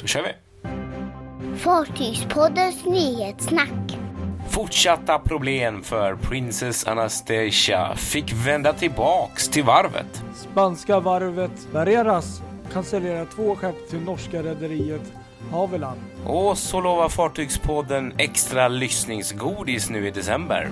Då kör vi. Fartygspoddens nyhetssnack. Fortsatta problem för Princess Anastasia fick vända tillbaks till varvet. Spanska varvet Barreras cancellerar 2 skepp till norska rederiet Haveland. Och så lovar Fartygspodden extra lyssningsgodis nu i december.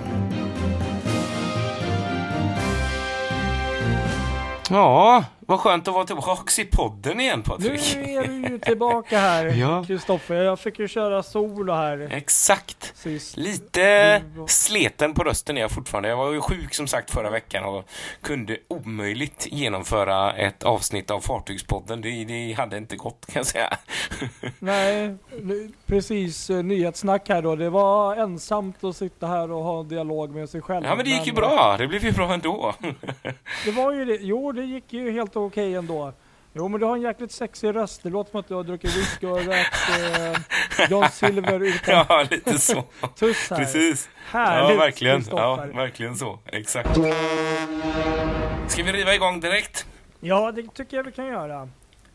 Ja, vad skönt att vara tillbaka i podden igen, Patrik. Nu är du ju tillbaka här, Ja. Kristoffer. Jag fick ju köra solo här Exakt. sist. Lite sleten på rösten är jag fortfarande. Jag var ju sjuk som sagt förra veckan och kunde omöjligt genomföra ett avsnitt av Fartygspodden. Det hade inte gått, kan jag säga. Nej, precis. Nyhetssnack här då. Det var ensamt att sitta här och ha en dialog med sig själv. Ja, men det gick ju bra. Det blev ju bra ändå. Det var ju det. Jo, det gick ju helt okej ändå. Jo, men du har en jäkligt sexig röst. Det låter som att du har druckit whisky och rökt John Silver utan Ja, lite så. tuss här. Precis. Härligt, Ja, verkligen. Kristoffer. Ja, verkligen så. Exakt. Ska vi riva igång direkt? Ja, det tycker jag vi kan göra.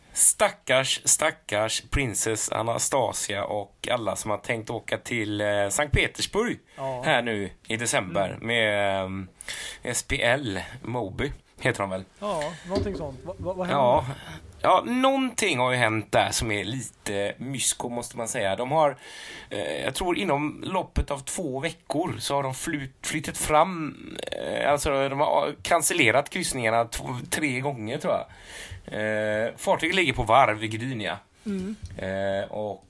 Stackars Princess Anastasia och alla som har tänkt åka till Sankt Petersburg här nu i december med SPL Moby heter de väl? Ja, någonting sånt. Vad händer? Ja, någonting har ju hänt där som är lite mysko, måste man säga. De har, jag tror inom loppet av 2 veckor så har de flyttat fram, alltså de har cancellerat kryssningarna 3 gånger tror jag. Fartyget ligger på varv i Gdynia och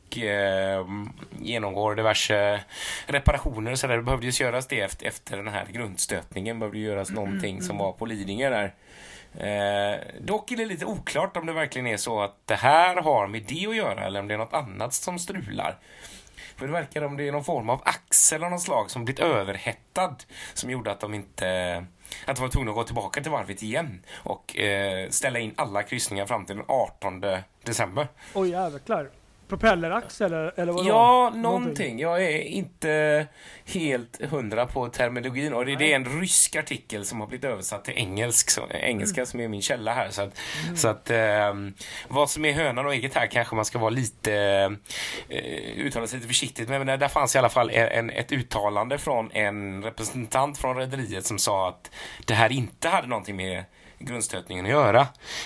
genomgår diverse reparationer, så det behövde ju göras det efter den här grundstötningen, behövde göras någonting som var på Lidingö där. Dock är det lite oklart om det verkligen är så att det här har med det att göra eller om det är något annat som strular. För det verkar om det är någon form av axel av någon slag som blivit överhettad som gjorde att de var tvungna att gå tillbaka till varvet igen och ställa in alla kryssningar fram till den 18 december. Oj, jävlar. Propelleraxel eller vad? Ja, någonting. Jag är inte helt 100 på terminologin och det är en rysk artikel som har blivit översatt till engelska som är min källa här. Så att vad som är hönan och ägget här kanske man ska vara lite uttala sig lite försiktigt, men där fanns i alla fall ett uttalande från en representant från rederiet som sa att det här inte hade någonting med grundstötningen att göra.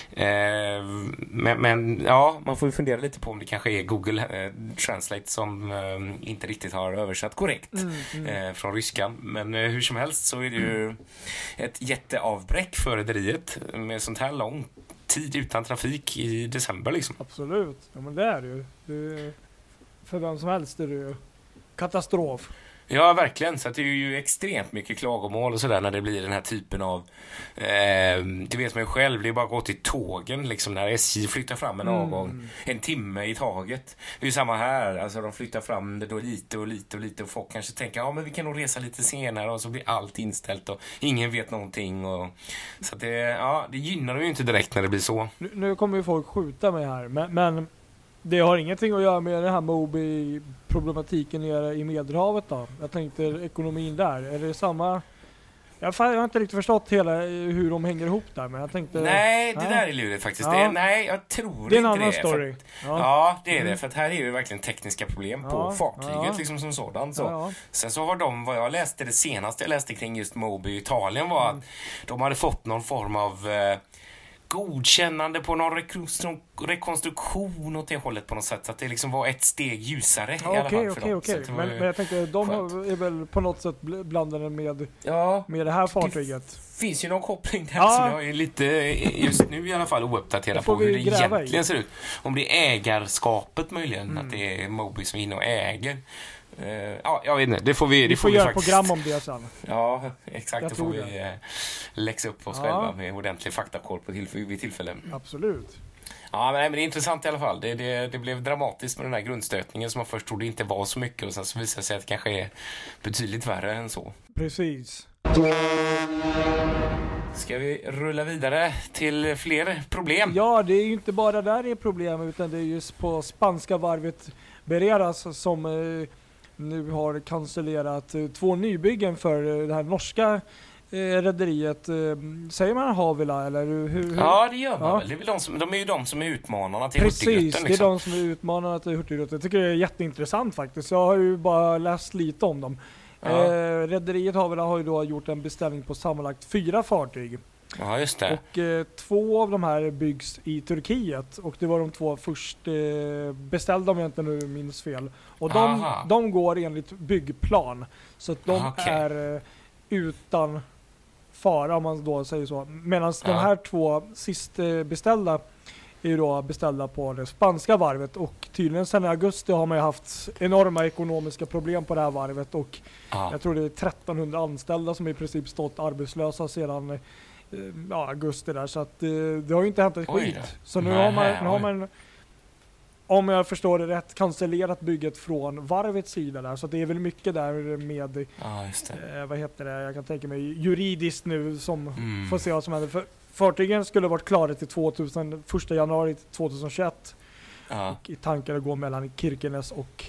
Men ja, man får ju fundera lite på om det kanske är Google Translate som inte riktigt har översatt korrekt från ryskan. Men hur som helst så är det ju ett jätteavbräck för rederiet med sånt här lång tid utan trafik i december liksom. Absolut. Ja, men det är det ju. För vem som helst är det ju katastrof. Ja, verkligen. Så att det är ju extremt mycket klagomål och sådär när det blir den här typen av du vet man ju själv, det är bara att gå till tågen liksom, när SJ flyttar fram en avgång 1 timme i taget. Det är ju samma här, alltså de flyttar fram det då lite och folk kanske tänker, ja men vi kan nog resa lite senare, och så blir allt inställt och ingen vet någonting och, så att det gynnar ju inte direkt när det blir så. Nu kommer ju folk skjuta mig här, men det har ingenting att göra med den här Moby-problematiken nere i Medelhavet då. Jag tänkte ekonomin där. Är det samma? Jag har inte riktigt förstått hur de hänger ihop där, men jag tänkte... Nej, det där är lurigt faktiskt. Ja. Nej, jag tror inte det. Det är en annan story. Ja, det är det. För att här är ju verkligen tekniska problem på fartyget liksom som sådant. Så. Sen så har de, vad jag läste, det senaste jag läste kring just Moby i Italien var att de hade fått någon form av godkännande på någon rekonstruktion åt det hållet på något sätt, så att det liksom var ett steg ljusare i alla fall för dem. Okej. Men jag tänkte, de är väl på något sätt blandade med det här fartyget. Det finns ju någon koppling där som jag är lite just nu i alla fall ouppdaterad på hur det egentligen ser ut. Om det är ägarskapet möjligen, att det är Moby som är inne och äger. Jag vet inte, det får vi göra faktiskt program om det sen. Ja, exakt, då får vi läxa upp oss själva med ordentlig faktakoll vid tillfällen. Absolut. Ja, men det är intressant i alla fall. Det blev dramatiskt med den här grundstötningen som man först trodde inte var så mycket, och sen så visade det sig att det kanske är betydligt värre än så. Precis. Ska vi rulla vidare till fler problem? Ja, det är ju inte bara där det är problem, utan det är just på spanska varvet Barreras som nu har cancellerat 2 nybyggen för det här norska rederiet, säger man Havila eller hur? Ja, det gör man Ja. väl. Det är väl de är ju de som är utmanarna till Precis, Hurtigruten. det är Liksom. de som är utmanarna till Hurtigruten. Jag tycker det är jätteintressant faktiskt. Jag har ju bara läst lite om dem. Ja. Rederiet Havila har ju då gjort en beställning på sammanlagt 4 fartyg. Ja, just det. Och 2 av de här byggs i Turkiet. Och det var de 2 först beställda, om jag inte nu minns fel. Och de går enligt byggplan. Så att de är utan fara, om man då säger så. Medan de här 2 sist beställda är ju då beställda på det spanska varvet. Och tydligen sedan i augusti har man ju haft enorma ekonomiska problem på det här varvet. Och jag tror det är 1300 anställda som i princip stått arbetslösa sedan augusti där. Så att det har ju inte hänt ett skit. Så nu har man, om jag förstår det rätt, cancellerat bygget från varvets sida där. Så det är väl mycket där med vad heter det? Jag kan tänka mig juridiskt nu som får se vad som händer. För fartygen skulle varit klara till 1 januari 2021. Och i tankar att gå mellan Kirkenes och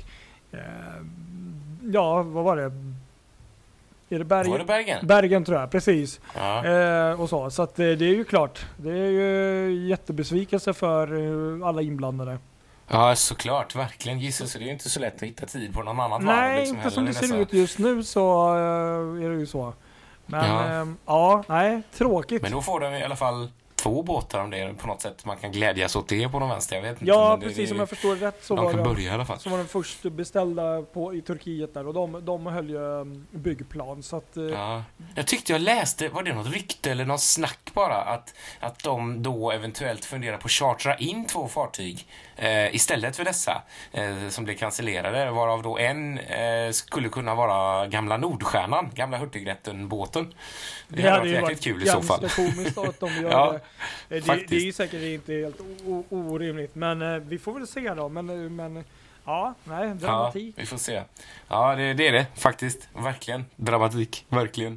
vad var det? Är det Bergen? Var det Bergen? Bergen tror jag, precis. Ja. Och så att det är ju klart. Det är ju jättebesvikelse för alla inblandade. Ja, såklart. Verkligen. Gissar så det är ju inte så lätt att hitta tid på någon annan Nej, varv. Liksom, inte som det ser ut just nu så är det ju så. Men tråkigt. Men då får de i alla fall 2 båtar om det är på något sätt. Man kan glädjas åt det på någon vänster. Jag vet inte. Ja, precis som jag förstår rätt så var börja, i alla fall. Så var den först beställda i Turkiet där. Och de höll ju byggplan. Så att, Jag tyckte jag läste, var det något rykte eller något snack bara? Att de då eventuellt funderar på att chartra in 2 fartyg istället för dessa som blev cancellerade. Varav då en skulle kunna vara gamla Nordstjärnan, gamla Hurtigruten-båten. Det hade varit jäkligt kul i så fall. Komiskt att de gör det. Det är ju säkert inte helt orimligt. Men vi får väl se då. Men dramatik. Ja, vi får se. Ja, det är det faktiskt. Verkligen. Dramatik. Verkligen.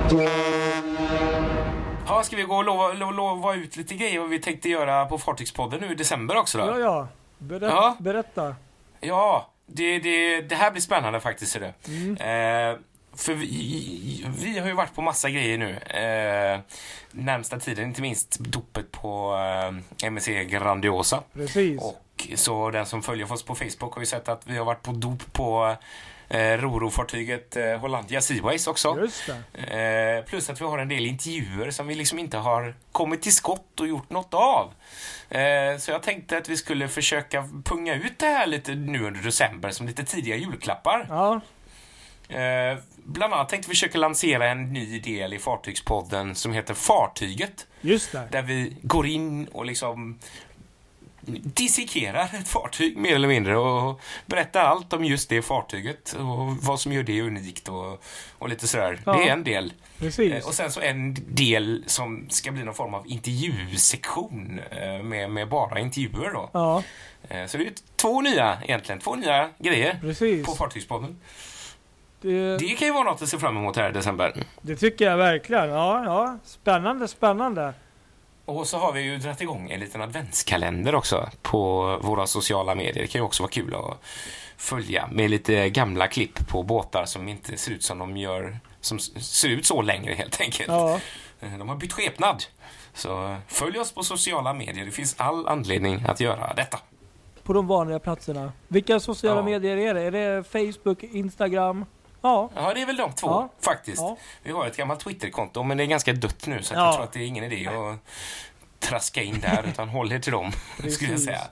Ja, ska vi gå och lova ut lite grejer vad vi tänkte göra på Fartygspodden nu i december också då? Ja. Berätta. Ja, det här blir spännande faktiskt. Är det. För vi har ju varit på massa grejer nu närmsta tiden, inte minst dopet på MSC Grandiosa. Precis. Och så den som följer oss på Facebook har ju sett att vi har varit på dop på Roro-fartyget Hollandia Seaways också. Just det. Plus att vi har en del intervjuer som vi liksom inte har kommit till skott och gjort något av. Så jag tänkte att vi skulle försöka punga ut det här lite nu under december som lite tidiga julklappar. Ja. Bland annat tänkte vi försöka lansera en ny del i Fartygspodden som heter Fartyget. Just det. Där vi går in och liksom dissekerar ett fartyg mer eller mindre och berättar allt om just det fartyget och vad som gör det unikt och lite sådär. Ja. Det är en del. Precis. Och sen så en del som ska bli någon form av intervjusektion med bara intervjuer då. Ja. Så det är 2 nya grejer. Precis. På Fartygspodden. Det kan ju vara något att se fram emot här i december. Det tycker jag verkligen. Ja. Spännande. Och så har vi ju dragit igång en liten adventskalender också på våra sociala medier. Det kan ju också vara kul att följa med lite gamla klipp på båtar som inte ser ut som ser ut så längre helt enkelt. Ja. De har bytt skepnad. Så följ oss på sociala medier. Det finns all anledning att göra detta. På de vanliga platserna. Vilka sociala medier är det? Är det Facebook, Instagram? Ja, det är väl de 2 faktiskt. Ja. Vi har ett gammalt Twitterkonto men det är ganska dött nu så jag tror att det är ingen idé att traska in där utan håll er till dem skulle jag säga.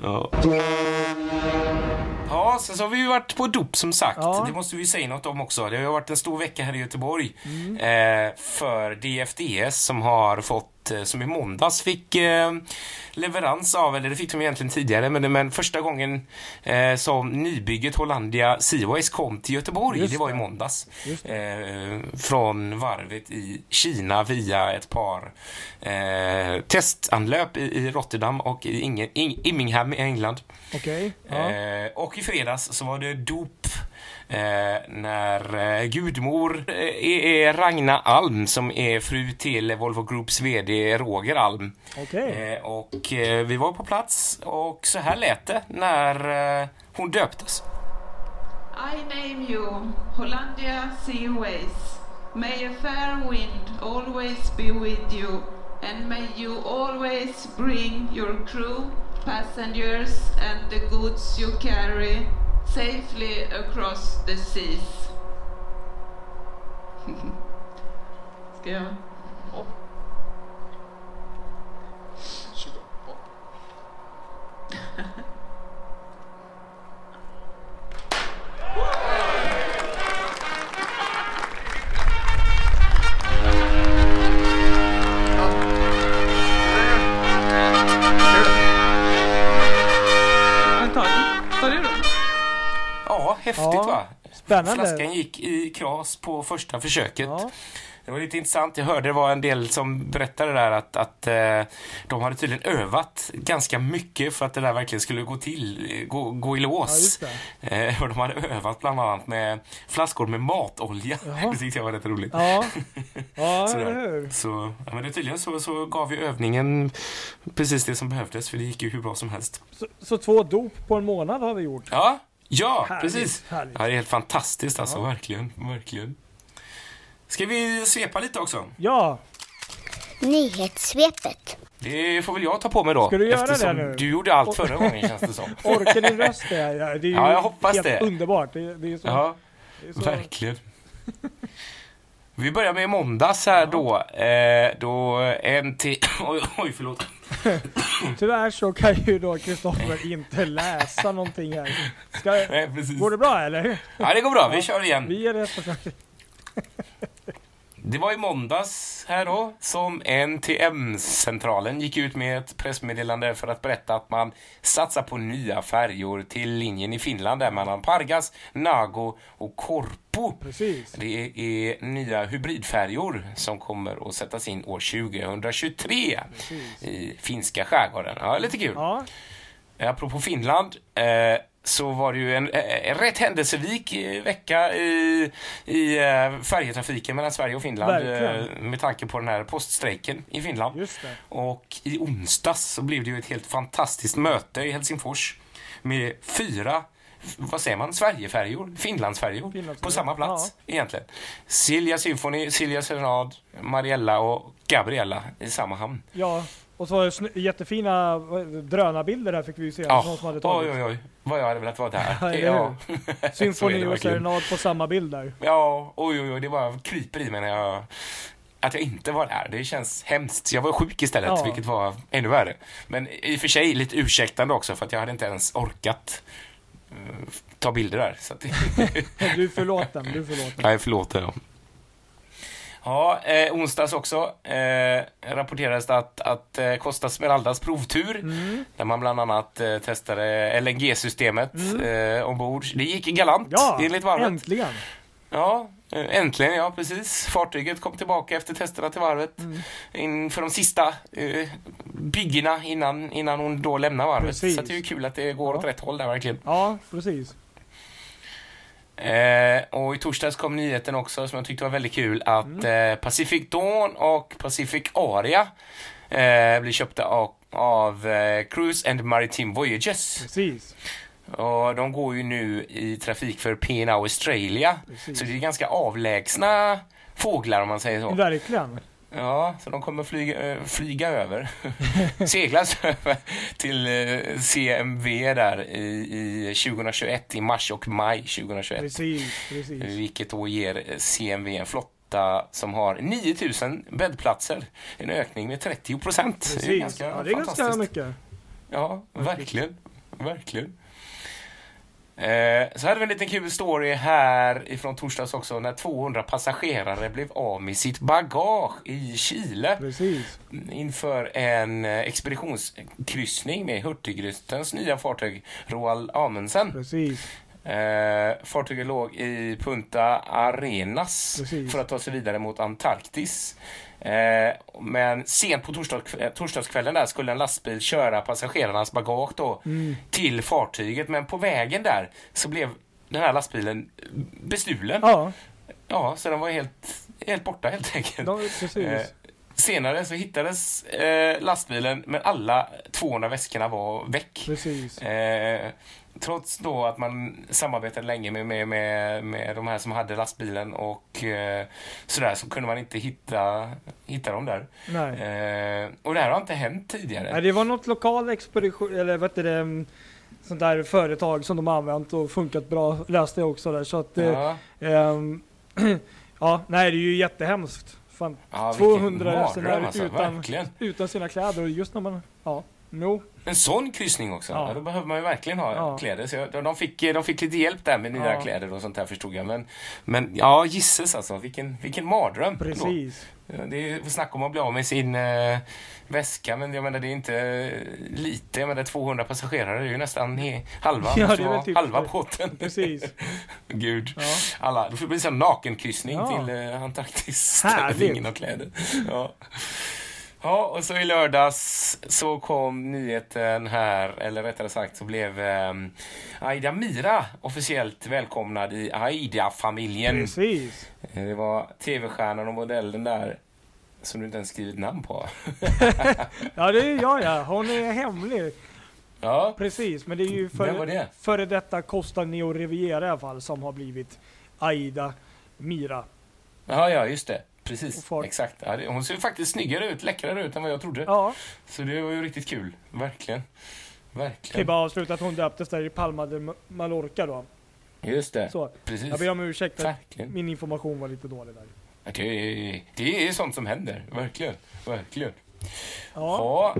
Ja, sen så har vi ju varit på dop som sagt. Ja. Det måste vi säga något om också. Det har ju varit en stor vecka här i Göteborg för DFDS som har fått som i måndags fick leverans av, eller det fick de egentligen tidigare, men första gången som nybygget Hollandia Seaways kom till Göteborg, det var i måndags. Från varvet i Kina via ett par testanlöp i Rotterdam och i Immingham i England. Okay. Och i fredags så var det dop när gudmor är Ragna Alm som är fru till Volvo Groups vd Roger Alm. Okay. Och vi var på plats och så här lät det när hon döptes. I name you Hollandia Seaways, May a fair wind always be with you, and may you always bring your crew, passengers and the goods you carry safely across the seas. Ska jag? Ja. 28. Tar du då? Ja, häftigt Ja, va? spännande. Flaskan gick i kras på första försöket. Ja. Det var lite intressant. Jag hörde det var en del som berättade där att de hade tydligen övat ganska mycket för att det där verkligen skulle gå i lås. Ja, just det. Och de hade övat bland annat med flaskor med matolja. Jaha. Det tyckte jag var rätt roligt. Ja, ja Sådär. eller hur? Så, ja, men det tydligen så gav ju övningen precis det som behövdes, för det gick ju hur bra som helst. Så 2 dop på en månad har vi gjort. Ja, Härligt, precis. härligt. Ja, det är helt fantastiskt alltså, Ja. verkligen. Ska vi svepa lite också? Ja, Nyhetssvepet. Det får väl jag ta på mig då. Ska du göra eftersom det nu? du gjorde allt förra gången, känns det som. orkar din röst det är ju Ja, jag hoppas helt det. underbart. Det är så, Ja, det är så. verkligen. Vi börjar med måndags här då. Då Oj, förlåt. Tyvärr så kan ju då Kristoffer inte läsa någonting här. Nej, precis. Går det bra eller? Ja, det går bra. Vi kör igen. Vi ger det ett försök. Det var i måndags här då som NTM-centralen gick ut med ett pressmeddelande för att berätta att man satsar på nya färjor till linjen i Finland där mellan Pargas, Nago och Korpo. Precis. Det är nya hybridfärjor som kommer att sättas in år 2023 Precis. i finska skärgården. Ja, lite kul. Ja, Apropå Finland så var det ju en rätt händelserik vecka i färjetrafiken mellan Sverige och Finland med tanke på den här poststrejken i Finland. just det. Och i onsdags så blev det ju ett helt fantastiskt möte i Helsingfors med 4, vad säger man, Sverigefärjor, Finlandsfärjor på samma plats egentligen. Silja Symphony, Silja Serenad, Mariella och Gabriella i samma hamn. Ja, och så var det jättefina drönarbilder där fick vi ju se. Ja, Någon som hade tagit. oj, vad jag hade velat vara där. Ja, eller Ja. Symfoni Så är det och verkligen. serenad på samma bild där. Ja, oj, det bara kryper i mig när att jag inte var där. Det känns hemskt. Jag var sjuk istället, Ja. vilket var ännu värre. Men i och för sig lite ursäktande också, för att jag hade inte ens orkat ta bilder där. Så att Du är förlåten, Nej, förlåt. Ja, onsdags också rapporterades det att Costa Smeraldas provtur, där man bland annat testade LNG-systemet ombord. Det gick galant, Ja, enligt varvet. äntligen. Ja, äntligen, ja precis. Fartyget kom tillbaka efter testerna till varvet inför de sista byggena innan hon då lämnar varvet. Precis. Så det är ju kul att det går åt rätt håll där verkligen. Ja, precis. Och i torsdags kom nyheten också som jag tyckte var väldigt kul att Pacific Dawn och Pacific Aria blir köpta av Cruise and Maritime Voyages. Precis. Och de går ju nu i trafik för P&O Australia. Precis. Så det är ganska avlägsna fåglar om man säger så. Verkligen. Ja, så de kommer flyga över. Seglas över till CMV där i 2021, i mars och maj 2021. Precis. Vilket då ger CMV en flotta som har 9000 bäddplatser. En ökning med 30%. Precis. Det är ganska Ja, det är ganska fantastiskt. mycket. Ja, verkligen. Så hade vi en liten kul story här ifrån torsdags också, när 200 passagerare blev av med sitt bagage i Chile Precis. inför en expeditionskryssning med Hurtigrutens nya fartyg Roald Amundsen. Precis. Fartyget låg i Punta Arenas Precis. för att ta sig vidare mot Antarktis. Men sent på torsdagskvällen där skulle en lastbil köra passagerarnas bagage då till fartyget, men på vägen där så blev den här lastbilen bestulen. Ja, Så den var helt borta helt enkelt. precis. Senare så hittades lastbilen, men alla 200 väskorna var väck. Precis. trots då att man samarbetade länge med de här som hade lastbilen och sådär, så kunde man inte hitta dem där. Nej. Och det här har inte hänt tidigare. Nej, det var något lokal expedition, eller vad heter det, sånt där företag som de har använt och funkat bra, läste jag också där. Så att, ja, nej, det är ju jättehemskt. Fan, 200 resenärer utan sina kläder, och just när man, en sån kryssning också. Ja. Då behöver man ju verkligen ha kläder. Så de fick lite hjälp där med nya kläder och sånt där, förstod jag. Men ja, gisses alltså. Vilken mardröm. Precis. Det är snack om att bli av med sin väska, men jag menar, det är inte lite. Jag menar, 200 passagerare, det är ju nästan halva. Ja, det är typ halva båten. Precis. Gud. Ja. Det får bli en nakenkryssning till Antarktis. Härligt. Ingen har kläder. Ja. Ja, och så i lördags så kom nyheten här, eller rättare sagt så blev Aida Mira officiellt välkomnad i Aida-familjen. Precis. Det var tv-stjärnan och modellen där som du inte ens skrivit namn på. Ja, det är jag. Hon är hemlig. Ja. Precis, men det är ju före detta Costa Neo Riviera i alla fall som har blivit Aida Mira. Ja, just det. Precis, exakt. Ja, hon ser faktiskt snyggare ut, läckrare ut än vad jag trodde. Ja. Så det var ju riktigt kul, verkligen. Kan jag bara avsluta att hon döptes där i Palma de Mallorca då. Just det, så. Precis. Jag ber om ursäkt att min information var lite dålig där. Det är sånt som händer, verkligen. Ja.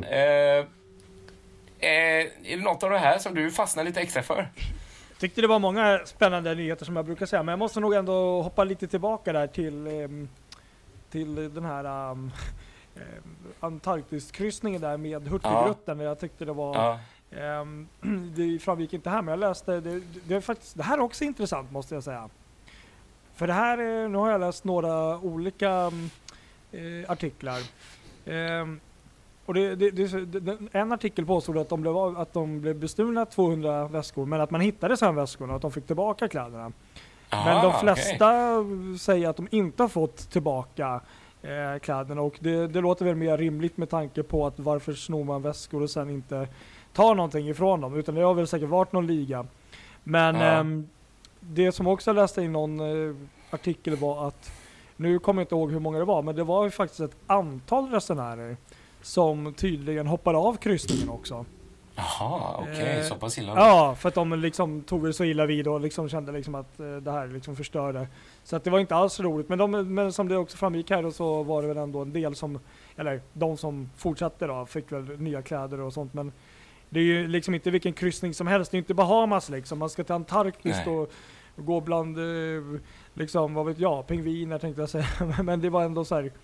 Är det något av det här som du fastnar lite extra för? Jag tyckte det var många spännande nyheter som jag brukar säga, men jag måste nog ändå hoppa lite tillbaka där till den här Antarktiskryssningen där med Hurtigruten. Jag tyckte det var det framgick inte här, men jag läste det är faktiskt, det här är också intressant måste jag säga. För det här nu har jag läst några olika artiklar. Och en artikel påstod att de blev bestulna 200 väskor, men att man hittade sen väskorna och att de fick tillbaka kläderna. Men de flesta säger att de inte har fått tillbaka kläderna, och det låter väl mer rimligt med tanke på att varför snor man väskor och sen inte tar någonting ifrån dem, utan det har väl säkert varit någon liga. Men det som också läste i någon artikel var att, nu kommer jag inte ihåg hur många det var, men det var ju faktiskt ett antal resenärer som tydligen hoppade av kryssningen också. Jaha, okej, så pass illa. Ja, för att de liksom tog det så illa vid och liksom kände liksom att det här liksom förstörde. Så att det var inte alls roligt. Men som det också framgick här, och så var det väl ändå en del som, eller de som fortsatte då, fick väl nya kläder och sånt. Men det är ju liksom inte vilken kryssning som helst. Det är inte Bahamas liksom. Man ska till Antarktis och gå bland liksom, vad vet jag, pingviner tänkte jag säga. Men det var ändå så här,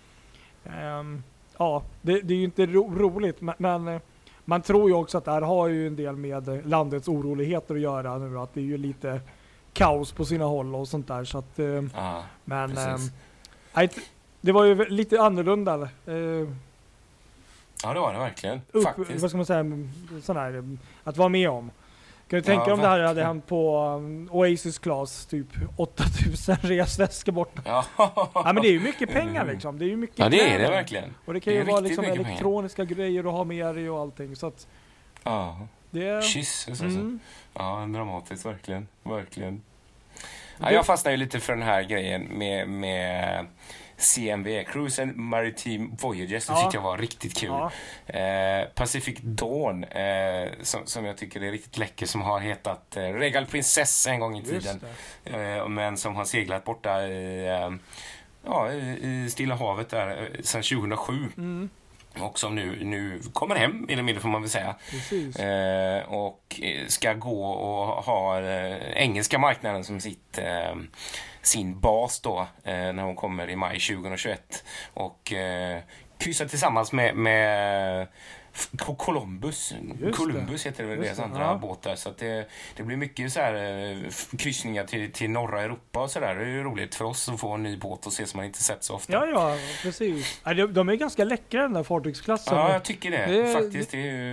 det är ju inte roligt, men man tror ju också att det här har ju en del med landets oroligheter att göra nu, att det är ju lite kaos på sina håll och sånt där, så att men det var ju lite annorlunda. Ja, det var det verkligen. Faktiskt. Vad ska man säga, sån här att vara med om. Kan du tänka om det här hade hänt på Oasis Class, typ 8000 resväskor bort. Ja, men det är ju mycket pengar liksom. Det är ju mycket det är det verkligen. Och det kan ju vara liksom elektroniska grejer att ha med dig och allting, så att kyss ja, dramatiskt, verkligen. Ja, jag fastnar ju lite för den här grejen med CMV, Cruise and Maritime Voyages, det tyckte jag var riktigt kul. Pacific Dawn, som jag tycker är riktigt läcker, som har hetat Regal Princess en gång i tiden, men som har seglat borta i Stilla havet där sedan 2007. Och som nu kommer hem, eller mindre får man väl säga. Och ska gå och ha engelska marknaden som sin bas då, när hon kommer i maj 2021. Och kryssar tillsammans med Columbus heter det väl, deras andra båtar. Så att det blir mycket så här kryssningar till norra Europa och sådär. Det är ju roligt för oss att få en ny båt och se som man inte sett så ofta. Ja, precis. De är ganska läckra, den där fartygsklassen. Ja, jag tycker det. Faktiskt, det är ju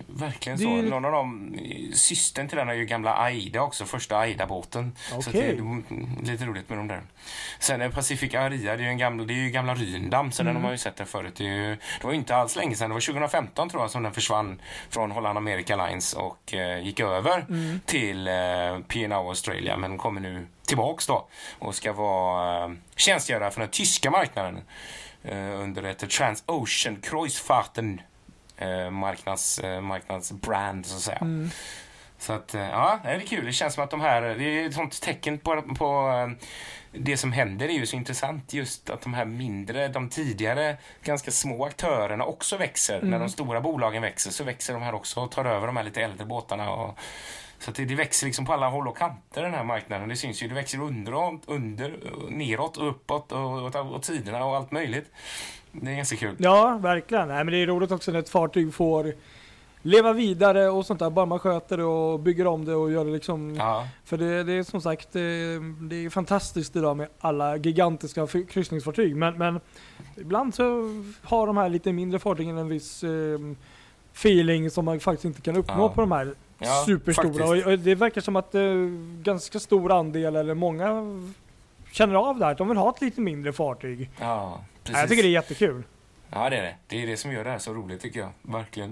verkligen Det så. är- Någon av dem, systern till den är ju gamla Aida också, första Aida-båten. Så Okej. det är lite roligt med dem där. Sen är Pacific Aria, det är ju gamla Ryndamm, så den har man ju sett där förut. Det var ju inte alls länge sedan, det var 2015 tror jag som den försvann från Holland America Lines och gick över till P&O Australia, men kommer nu tillbaks då och ska vara tjänstgöra för den tyska marknaden under ett Transocean Kreuzfahrten marknadsbrand så att säga. Så att ja, det är kul. Det känns som att de här, det är ett sånt tecken på det som händer är ju så intressant, just att de här mindre, de tidigare ganska små aktörerna också växer. När de stora bolagen växer så växer de här också och tar över de här lite äldre båtarna och så att det växer liksom på alla håll och kanter den här marknaden. Det syns ju, det växer under neråt och uppåt och åt sidorna och allt möjligt. Det är ganska kul. Ja, verkligen. Nej, men det är roligt också när ett fartyg får leva vidare och sånt där. Bara man sköter det och bygger om det och gör det liksom. Ja. För det är som sagt, det är fantastiskt idag med alla gigantiska kryssningsfartyg. Men ibland så har de här lite mindre fartygen en viss feeling som man faktiskt inte kan uppnå på de här superstora. Och det verkar som att ganska stor andel eller många känner av det här. De vill ha ett lite mindre fartyg. Ja, precis. Jag tycker det är jättekul. Ja, det är det. Det är det som gör det här så roligt tycker jag. Verkligen.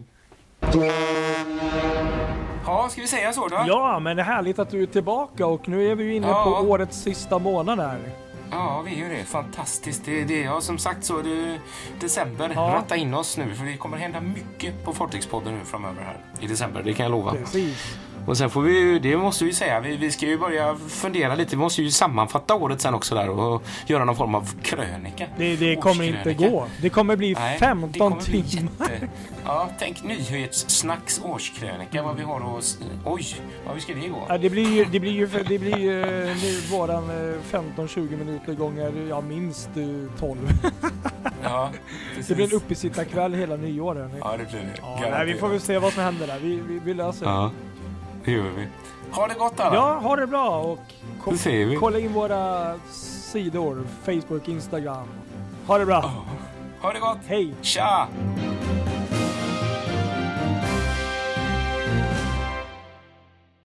Ja, ska vi säga så då? Ja, men det är härligt att du är tillbaka och nu är vi ju inne på årets sista månad här. Ja, vi är ju det. Fantastiskt. Det är som sagt så. December. Ja. Ratta in oss nu för det kommer hända mycket på Fartygspodden nu framöver här i december. Det kan jag lova. Precis. Och sen får vi det måste vi säga. Vi ska ju börja fundera lite. Vi måste ju sammanfatta året sen också där och göra någon form av krönika. Det kommer inte gå. Det kommer bli 15 timmar. Ja, tänk nyhetssnacks årskrönika vad vi har och oj, vad ska det gå? Ja, det blir ju nu våran 15-20 minuter gånger minst 12. Ja, precis. Det blir en uppesittarkväll hela nyåret. Ja, det blir det. Ja, nej, vi får väl se vad som händer där. Vi löser det. Ja, det gör vi. Ha det gott alla. Ja, ha det bra och kolla in våra sidor, Facebook, Instagram. Ha det bra. Ha det gott. Hej. Tja.